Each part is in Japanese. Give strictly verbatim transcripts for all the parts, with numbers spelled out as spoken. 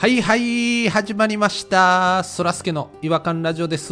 はいはい始まりました。そらすけの違和感ラジオです。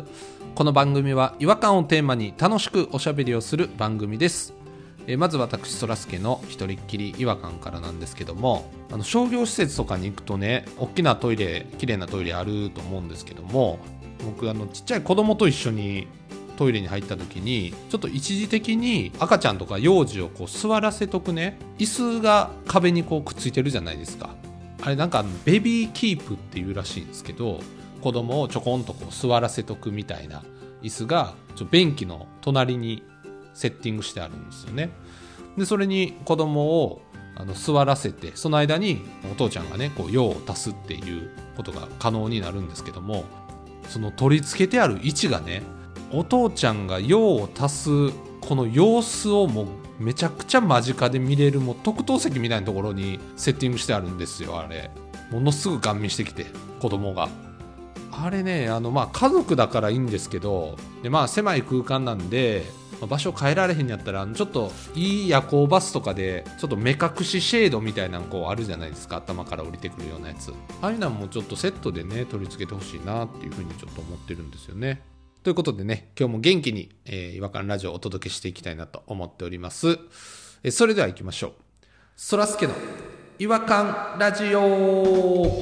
この番組は違和感をテーマに楽しくおしゃべりをする番組です。えー、まず私そらすけの一人っきり違和感からなんですけども、あの商業施設とかに行くとね、大きなトイレ、綺麗なトイレあると思うんですけども、僕あのちっちゃい子供と一緒にトイレに入った時にちょっと一時的に赤ちゃんとか幼児をこう座らせとくね、椅子が壁にこうくっついてるじゃないですか。あれなんかベビーキープっていうらしいんですけど、子供をちょこんとこう座らせとくみたいな椅子がちょ便器の隣にセッティングしてあるんですよね。でそれに子供をあの座らせて、その間にお父ちゃんがねこう用を足すっていうことが可能になるんですけども、その取り付けてある位置がね、お父ちゃんが用を足すこの様子をもうめちゃくちゃ間近で見れる、もう特等席みたいなところにセッティングしてあるんですよ。あれものすぐガン見してきて、子供があれね、あのまあ家族だからいいんですけど、でまあ狭い空間なんで、まあ、場所変えられへんやったらちょっといい夜行バスとかでちょっと目隠しシェードみたいなのこうあるじゃないですか、頭から降りてくるようなやつ。ああいうのもちょっとセットでね取り付けてほしいなっていうふうにちょっと思ってるんですよね。ということでね、今日も元気に、えー、違和感ラジオをお届けしていきたいなと思っております。えー、それでは行きましょう。そらすけの違和感ラジオ。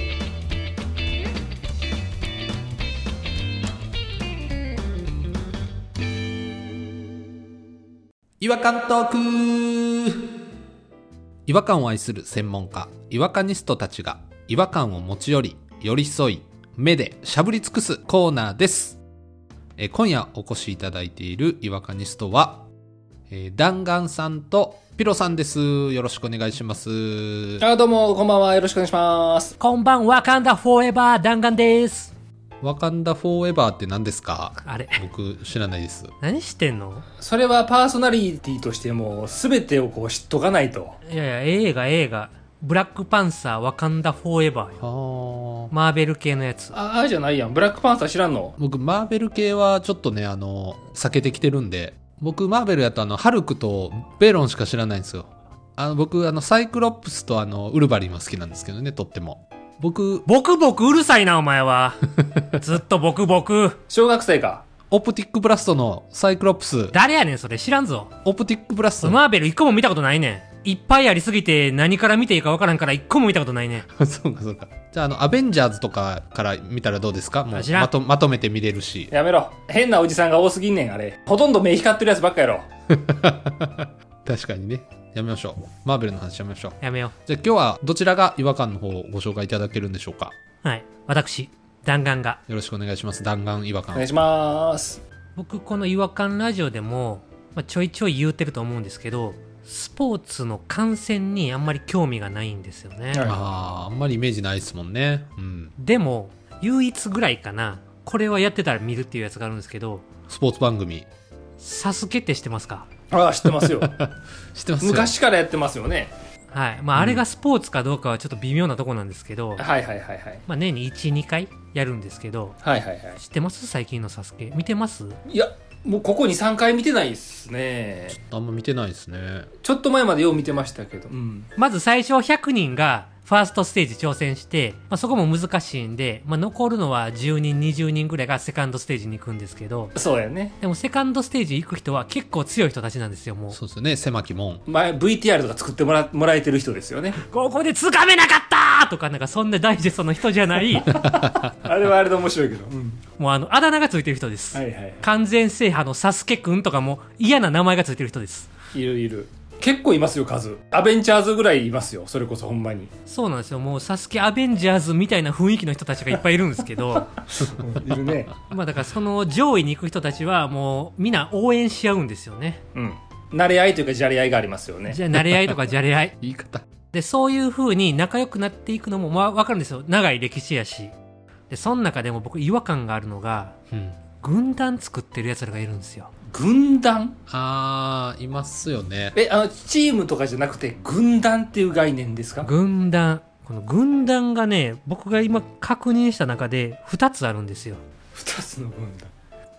違和感トーク。違和感を愛する専門家、違和感ニストたちが違和感を持ち寄り、寄り添い、目でしゃぶり尽くすコーナーです。えー、今夜お越しいただいている違和感ニストは、えー、弾丸さんとピロさんです。よろしくお願いします。 あ、どうもこんばんは、よろしくお願いします。 こんばんは、ワカンダフォーエバー弾丸です。 ワカンダフォーエバーって何ですか？ あれ僕知らないです。 何知ってんの？ それはパーソナリティとしても全てをこう知っとかないと。 いやいや、映画映画ブラックパンサーワカンダフォーエバーよ。マーベル系のやつ。 ああじゃないやん、ブラックパンサー知らんの？ 僕マーベル系はちょっとね、あの避けてきてるんで、僕マーベルやとあのハルクとベロンしか知らないんですよ。あの僕あのサイクロプスとあのウルヴァリンは好きなんですけどね、とっても。僕ボクボクうるさいなお前は。ずっとボクボク。 小学生か。 オプティックブラストのサイクロプス。 誰やねんそれ、知らんぞ。 オプティックブラストマーベル一個も見たことないねん。いっぱいありすぎて何から見ていいか分からんから一個も見たことないねん。そうかそうか。じゃああのアベンジャーズとかから見たらどうですか？もうまと、まとめて見れるし。 やめろ、変なおじさんが多すぎんねん。あれほとんど目光ってるやつばっかやろ。 確かにね。やめましょう。マーベルの話やめましょう。 やめよう。 じゃあ今日はどちらが違和感の方をご紹介いただけるんでしょうか？ はい、私弾丸がよろしくお願いします。弾丸違和感。 お願いします。 僕この違和感ラジオでも、まあ、ちょいちょい言うてると思うんですけど、スポーツの観戦にあんまり興味がないんですよね。 ああ、あんまりイメージないですもんね。うん。 でも唯一ぐらいかな、これはやってたら見るっていうやつがあるんですけど、 スポーツ番組。 サスケって知ってますか？ ああ、知ってますよ。 知ってますよ。 昔からやってますよね。 はい。まあ、あれがスポーツかどうかはちょっと微妙なとこなんですけど、 はいはいはいはい。 まあ、年にいち、にかいやるんですけど、 はいはいはい。 知ってます？最近のサスケ見てます？ いや、もうここにさんかい見てないですね。 ちょっとあんま見てないですね。 ちょっと前までよう見てましたけど、うん、 まず最初ひゃくにんがファーストステージ挑戦して、まあ、そこも難しいんで、まあ、残るのはじゅうにんにじゅうにんぐらいがセカンドステージに行くんですけど、 そうやね。 でもセカンドステージ行く人は結構強い人たちなんですよ。もうそうですよね、狭き門。 前 ブイティーアール とか作っても ら, もらえてる人ですよね。 ここで掴めなかったとか、なんかそんなダイジェストの人じゃないあれはあれで面白いけど、うん、 もうあのあだ名がついてる人です、 はいはい、 完全制覇のサスケくんとかも嫌な名前がついてる人です。 いるいる、結構いますよ、数。アベンジャーズぐらいいますよ、それこそほんまに。 そうなんですよ。もうサスケアベンジャーズみたいな雰囲気の人たちがいっぱいいるんですけどいるね。 まあだからその上位に行く人たちはもうみんな応援し合うんですよね。 うん、慣れ合いというかじゃれ合いがありますよね。 じゃあ慣れ合いとかじゃれ合い言い方で、そういう風に仲良くなっていくのもまあ分かるんですよ。長い歴史やし。でその中でも僕違和感があるのが、うん、軍団作ってる奴らがいるんですよ。 軍団？ あー、いますよね。 え、あのチームとかじゃなくて軍団っていう概念ですか？ 軍団。この軍団がね、僕が今確認した中でふたつあるんですよ。 ふたつの軍団。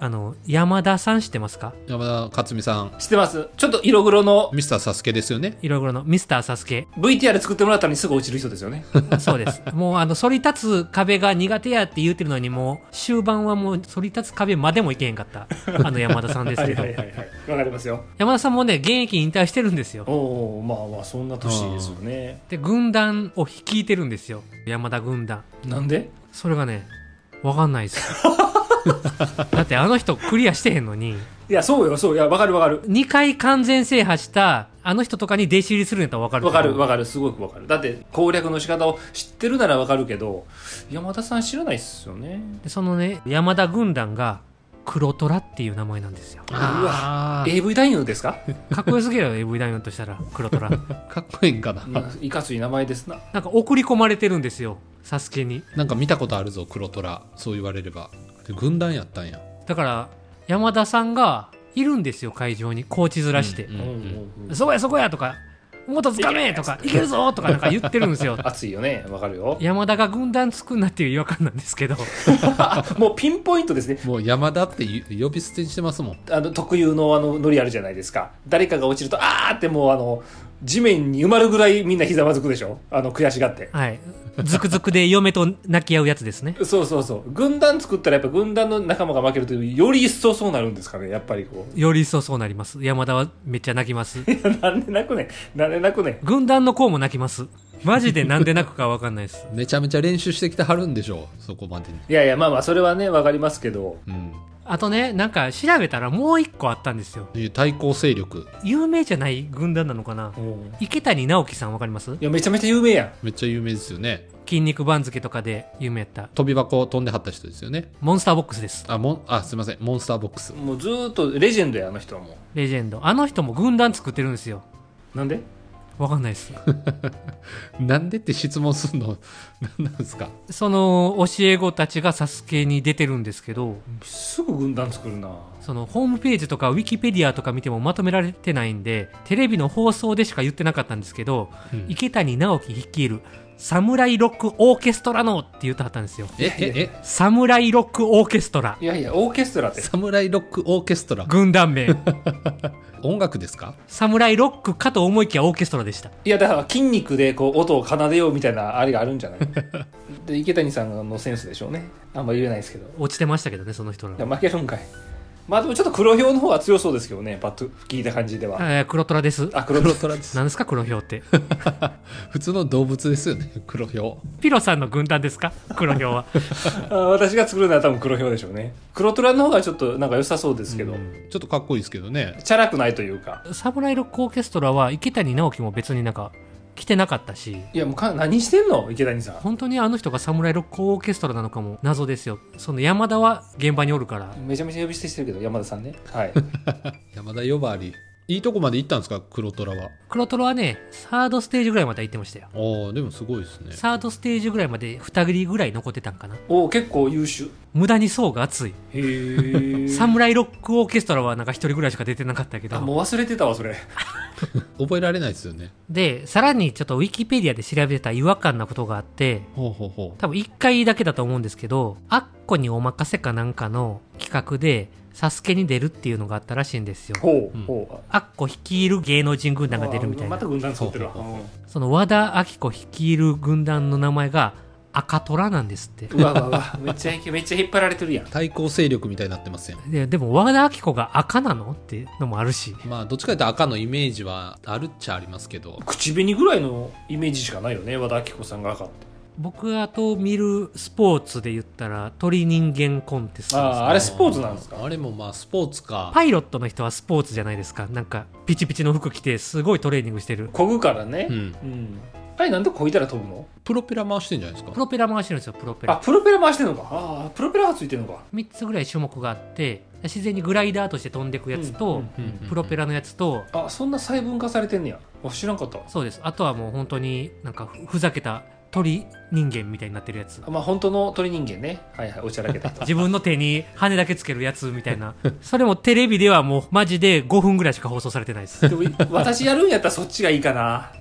あの山田さん知ってますか？ 山田勝美さん、 知ってます。ちょっと色黒のミスターサスケですよね。 いろいろのミスターサスケブイティーアール 作ってもらったのにすぐ落ちる人ですよね。 そうですもうあの反り立つ壁が苦手やって言ってるのにもう終盤はもう反り立つ壁までもいけへんかったあの山田さんですけどはいはいはいはい。わかりますよ。 山田さんもね現役引退してるんですよ。 おお、まあまあそんな年ですよね。 で軍団を率いてるんですよ、山田軍団。 なんで？ それがねわかんないですだってあの人クリアしてへんのに。 いや、そうよ、そう。いや、わかるわかる。 にかい完全制覇したあの人とかに弟子入りするんやったらわかる。 わかるわかる。すごくわかる。だって攻略の仕方を知ってるならわかるけど、山田さん知らないっすよね。 でそのね山田軍団が黒虎っていう名前なんですよ。 あーエーブイ 男優ですか？ かっこよすぎるよ エーブイ 男優としたら黒虎かっこいいんかな。 まあいかつい名前ですな。 なんか送り込まれてるんですよサスケに。 なんか見たことあるぞ黒虎、そう言われれば。で軍団やったんや。 だから山田さんがいるんですよ会場にコーチ面して、 うんうんうんうんそこやそこやとかもっとつかめとかいけるぞとかなんか言ってるんですよ熱いよね。わかるよ。 山田が軍団つくなっていう違和感なんですけどもうピンポイントですね。 もう山田って呼び捨てにしてますもん。 あの特有のあのノリあるじゃないですか。誰かが落ちるとあーってもうあの地面に埋まるぐらいみんなひざまずくでしょ。あの悔しがって。 はいズクズクで嫁と泣き合うやつですね。 そうそうそう。軍団作ったらやっぱ軍団の仲間が負けるとより一層そうなるんですかね。やっぱりこう。 より一層そうなります。山田はめっちゃ泣きますなんで泣くねん。なんで泣くねん。 軍団の子も泣きます。マジでなんで泣くか分かんないですめちゃめちゃ練習してきてはるんでしょう、そこまでに。 いやいや、まあまあそれはねわかりますけど。 うんあとねなんか調べたらもう一個あったんですよ。 いう対抗勢力有名じゃない軍団なのかな。池谷直樹さん分かります？ いやめちゃめちゃ有名やん。 めっちゃ有名ですよね。 筋肉番付とかで有名やった飛び箱飛んではった人ですよね。 モンスターボックスです。 あもんあすいません、モンスターボックス。 もうずーっとレジェンドやあの人はもレジェンド。あの人も軍団作ってるんですよ。 う。なんで？ 分かんないですなんでって質問するの何なんですか。 その教え子たちがサスケに出てるんですけど、 すぐ軍団作るな。 そのホームページとかウィキペディアとか見てもまとめられてないんでテレビの放送でしか言ってなかったんですけど、うん、池谷直樹率いるサムライロックオーケストラのって言ってはったんですよ。 えええサムライロックオーケストラ。 いやいやオーケストラってサムライロックオーケストラ軍団名音楽ですか？ サムライロックかと思いきやオーケストラでした。 いやだから筋肉でこう音を奏でようみたいなあれがあるんじゃないで池谷さんのセンスでしょうね。あんま言えないですけど。 落ちてましたけどねその人ら。 いや負けるんかい。まあでもちょっと黒豹の方は強そうですけどね、パッと聞いた感じでは。 えー、黒虎です。 あ、黒虎です。 何ですか黒豹って普通の動物ですよね、黒豹。 ピロさんの軍団ですか黒豹はあ、私が作るのは多分黒豹でしょうね。黒虎の方がちょっとなんか良さそうですけど、うん、 ちょっとかっこいいですけどね。 チャラくないというか。 サムライロックオーケストラは池谷直樹も別になんか来てなかったし。 いやもうか何してんの池谷さん。 本当にあの人がサムライロックオーケストラなのかも謎ですよ。その山田は現場におるから。 めちゃめちゃ呼び捨てしてるけど山田さんね。はい山田呼ばわりいいとこまで行ったんですか黒虎は。 黒虎はねサードステージぐらいまで行ってましたよ。 おーでもすごいですね。 サードステージぐらいまでに切りぐらい残ってたんかな。 おー結構優秀。 無駄に層が厚い。 へーサムライロックオーケストラはなんか一人ぐらいしか出てなかったけど。 あもう忘れてたわそれ覚えられないですよね。 でさらにちょっとウィキペディアで調べた違和感なことがあって、 ほうほうほう。 多分いっかいだけだと思うんですけど、アッコにお任せかなんかの企画でサスケに出るっていうのがあったらしいんですよ。 ほうほう、うん、 アッコ率いる芸能人軍団が出るみたいな。 また軍団作ってるわ。 その和田アキ子率いる軍団の名前が赤虎なんですって。 うわうわうわめっちゃめっちゃ引っ張られてるやん。 対抗勢力みたいになってますよ。 で, でも和田アキ子が赤なのってのもあるし。 まあどっちかというと赤のイメージはあるっちゃありますけど、 口紅ぐらいのイメージしかないよね和田アキ子さんが赤って。 僕あと見るスポーツで言ったら鳥人間コンテストです、ね、 あああれスポーツなんですか。 あれもまあスポーツか。 パイロットの人はスポーツじゃないですか。なんかピチピチの服着てすごいトレーニングしてる。 漕ぐからね。 うん、 うん、あれなんで漕いだら飛ぶの。 プロペラ回してんじゃないですか。 プロペラ回してるんですよ。プロペラ。 あプロペラ回してるのか。ああプロペラがついてるのか。 みっつぐらい種目があって自然にグライダーとして飛んでいくやつと、うんうんうんうん、プロペラのやつと。 あそんな細分化されてんねや。あ知らんかった。 そうです。あとはもう本当になんかふざけた鳥人間みたいになってるやつ。 まあ本当の鳥人間ね。はいはいおちゃらけた自分の手に羽だけつけるやつみたいなそれもテレビではもうマジでごふんぐらいしか放送されてないです。 でも私やるんやったらそっちがいいかな。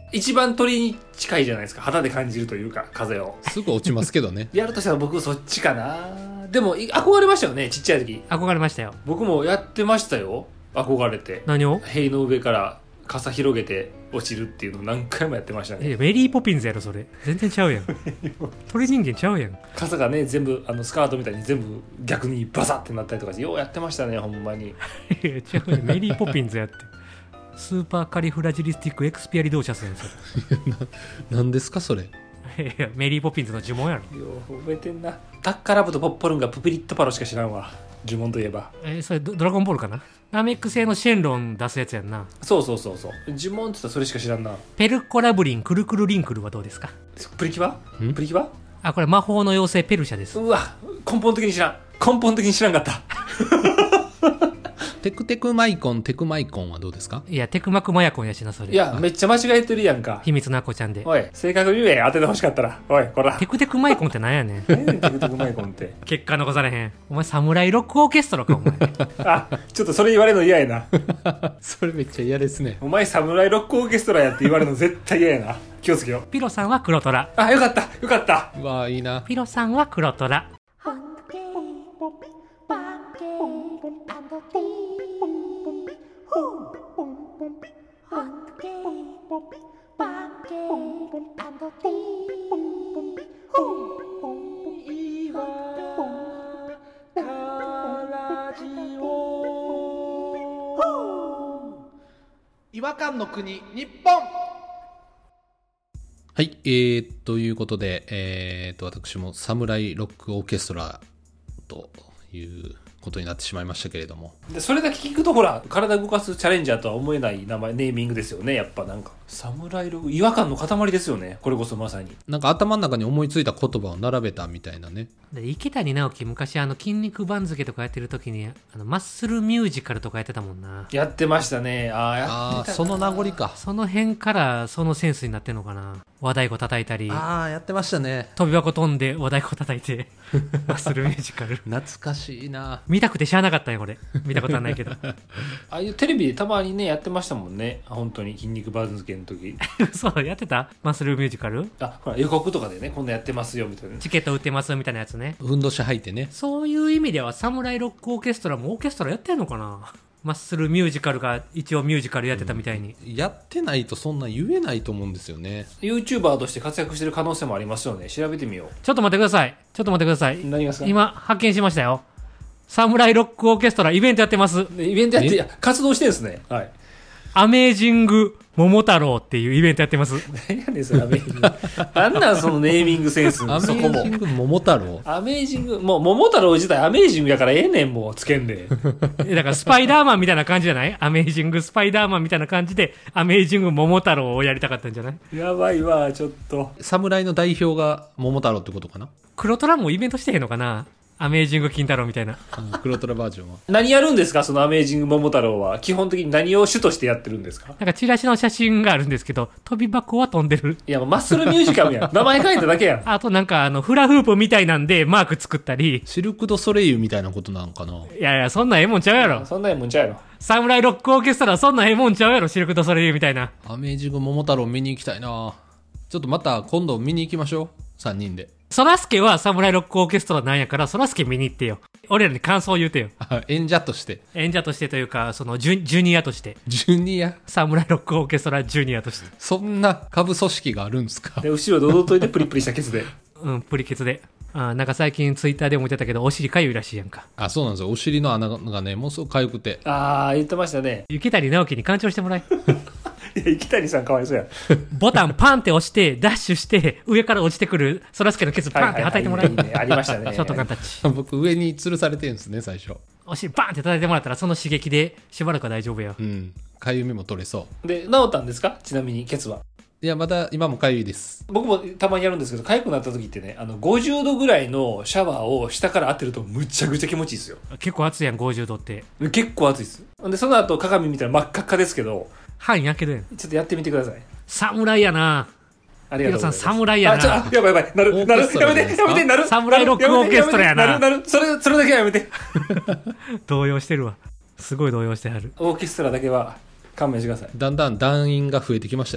一番鳥に近いじゃないですか。肌で感じるというか、風を。 すぐ落ちますけどね。 やるとしたら僕そっちかな。でも、憧れましたよね、ちっちゃい時。 憧れましたよ。 僕もやってましたよ。憧れて。 何を？ 塀の上から傘広げて落ちるっていうのを何回もやってましたね。 え、メリーポピンズやろ、それ。全然ちゃうやん。鳥人間ちゃうやん。 傘がね、全部、あの、スカートみたいに全部逆にバサってなったりとかして、ようやってましたね、ほんまに。 いや、違うやん。メリーポピンズやって。スーパーカリフラジリスティックエクスピアリドーシャスやん、それ。 何ですかそれ。 いや、メリーポピンズの呪文やろ。 よう覚えてんな。タッカラブとポッポルンがプピリットパロしか知らんわ。呪文といえば。 えーそれドドラゴンボールかな。ナメック製のシェンロン出すやつやんな。 そうそうそうそう。呪文って言ったらそれしか知らんな。 ペルコラブリンクルクルリンクルはどうですか？ プリキュアんプリキュアあ、これ魔法の妖精ペルシャです。 うわ、根本的に知らん。根本的に知らんかった。 テクテクマイコンテクマイコンはどうですか？ いや、テクマクマヤコンやしな、それ。 いや、めっちゃ間違えてるやんか。 秘密のアコちゃんで。 おい、正確に言え、当ててほしかったら。おい、こら。 テクテクマイコンってなんやねん。 何やねんテクテクマイコンって。 結果残されへん。お前、サムライロックオーケストラか、お前。 あ、ちょっとそれ言われるの嫌やな。 それめっちゃ嫌ですね。 お前、サムライロックオーケストラやって言われるの絶対嫌やな。気をつけよう。 ピロさんは黒虎。 あ、よかった、よかった。 うわーいいな。 ピロさんは黒虎。 違和感の国日本。はい、えー、ということで、えー、と私もサムライロックオーケストラということになってしまいましたけれども、 でそれだけ聞くとほら体動かすチャレンジャーとは思えない名前ネーミングですよね。やっぱなんかサムライログ違和感の塊ですよね。これこそまさになんか頭の中に思いついた言葉を並べたみたいなね。 で池谷直樹昔あの筋肉番付とかやってる時にあのマッスルミュージカルとかやってたもんな。 やってましたね。ああやあってたな。 ーその名残か。 その辺からそのセンスになってんのかな。和太鼓叩いたりああやってましたね。 飛び箱飛んで和太鼓叩いてマッスルミュージカル懐かしいな。 見たくてしゃあなかったよこれ。見たことはないけどああいうテレビでたまにねやってましたもんね。本当に筋肉番付の時そうやってたマッスルミュージカル。 あほら予告とかでねこんなやってますよみたいな。 チケット売ってますみたいなやつね。 ふんどし履いてね。 そういう意味ではサムライロックオーケストラもオーケストラやってんのかな。マッスルミュージカルが一応ミュージカルやってたみたいに、 うん、やってないとそんな言えないと思うんですよね。 YouTuber として活躍してる可能性もありますよね。調べてみよちょっと待ってくださいちょっと待ってください。 何がですか。 今発見しましたよ。サムライロックオーケストライベントやってます。 イベントやっていや活動してるんですね。はいアメージング桃太郎っていうイベントやってます。 何やねんそれアメージングなんなんそのネーミングセンス。 アメそこもージング桃太郎。 アメージングもう桃太郎自体アメージングやからええねんもうつけんでえだからスパイダーマンみたいな感じじゃない。アメージングスパイダーマンみたいな感じでアメージング桃太郎をやりたかったんじゃない。 やばいわちょっと。 侍の代表が桃太郎ってことかな。 黒虎もイベントしてへんのかな。アメージング金太郎みたいな。 黒虎バージョンは何やるんですかそのアメージング桃太郎は。基本的に何を主としてやってるんですか。 なんかチラシの写真があるんですけど飛び箱は飛んでる。 いやもうマッスルミュージカルやん名前書いただけやん。 あとなんかあのフラフープみたいなんでマーク作ったり。 シルク・ド・ソレイユみたいなことなのかな。 いやいやそんなんええもんちゃうやろ。 そんなんもんちゃうやろ。 サムライロックオーケストラはそんなんええもんちゃうやろ。シルクとソレイユみたいな。 アメージング桃太郎見に行きたいな。ちょっとまた今度見に行きましょうさんにんで。 ソラスケはサムライロックオーケストラなんやからソラスケ見に行ってよ。俺らに感想を言うてよ。 演者として演者としてというかそのジュジュニアとして。 ジュニアサムライロックオーケストラジュニアとして。 そんな下部組織があるんですか。 で後ろで踊っといてプリプリしたケツでうんプリケツで。あなんか最近ツイッターでも言ってたけどお尻かゆいらしいやんか。 あそうなんですよ。お尻の穴がねもうすごくかゆくて。 ああ言ってましたね。 池谷直樹に干潮してもらえ。 いや池谷さんかわいそうやボタンパンって押してダッシュして上から落ちてくるソラスケのケツパンって叩いてもらえ。 はいはいはいいいねありましたねショートガンタッチ。 僕上に吊るされてるんですね最初。 お尻バンって叩いてもらったらその刺激でしばらくは大丈夫よ。 うんかゆみも取れそで治ったんですかちなみにケツは。 う。いやまだ今もかゆいです。 僕もたまにやるんですけど痒くなった時ってねあのごじゅうどぐらいのシャワーを下から当てるとむちゃくちゃ気持ちいいですよ。 結構熱いやんごじゅうどって。 結構熱いですでその後鏡見たら真っ赤っかですけど半やけどやん。 ちょっとやってみてください。 侍やな。 ありがとうございます。 ヒロさん侍やな。 あちょあやばいやばいなるなるオーケストやめてラじゃないですかやめてなる侍ロックオーケストラやななるなるそれそれだけはやめて動揺してるわ。すごい動揺してはる。 オーケストラだけは勘弁してください。 だんだん団員が増えてきましたね。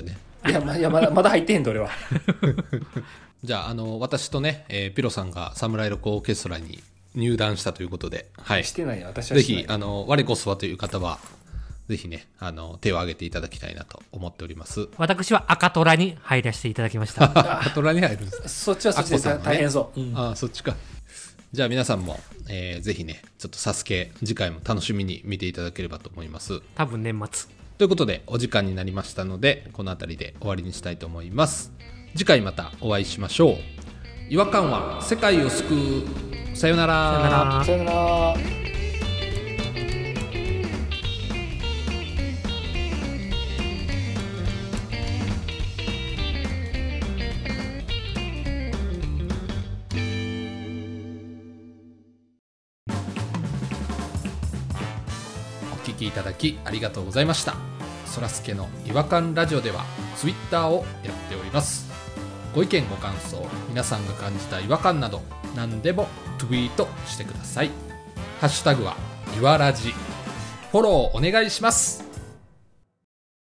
いや、まいやまだまだ入ってへんと俺は。 じゃあ、あの私とね、えーピロさんがサムライロックオーケストラに入団したということで、はい、 してないよ、私はぜしてないひあの我こそはという方はぜひね、あの手を挙げていただきたいなと思っております。 私は赤虎に入らせていただきました。 赤虎に入るんですか。 そっちはそっちでアッコさんもね大変そう、うんああ、そっちか。じゃあ皆さんも、えーぜひね、ちょっとサスケ次回も楽しみに見ていただければと思います。 多分年末。 ということでお時間になりましたので、この辺りで終わりにしたいと思います。次回またお会いしましょう。違和感は世界を救う。さよなら。 さよなら。 さよなら。 お聞きいただきありがとうございました。そらすけの違和感ラジオではツイッターをやっております。ご意見ご感想、皆さんが感じた違和感など何でもツイートしてください。ハッシュタグはいわらじ。フォローお願いします。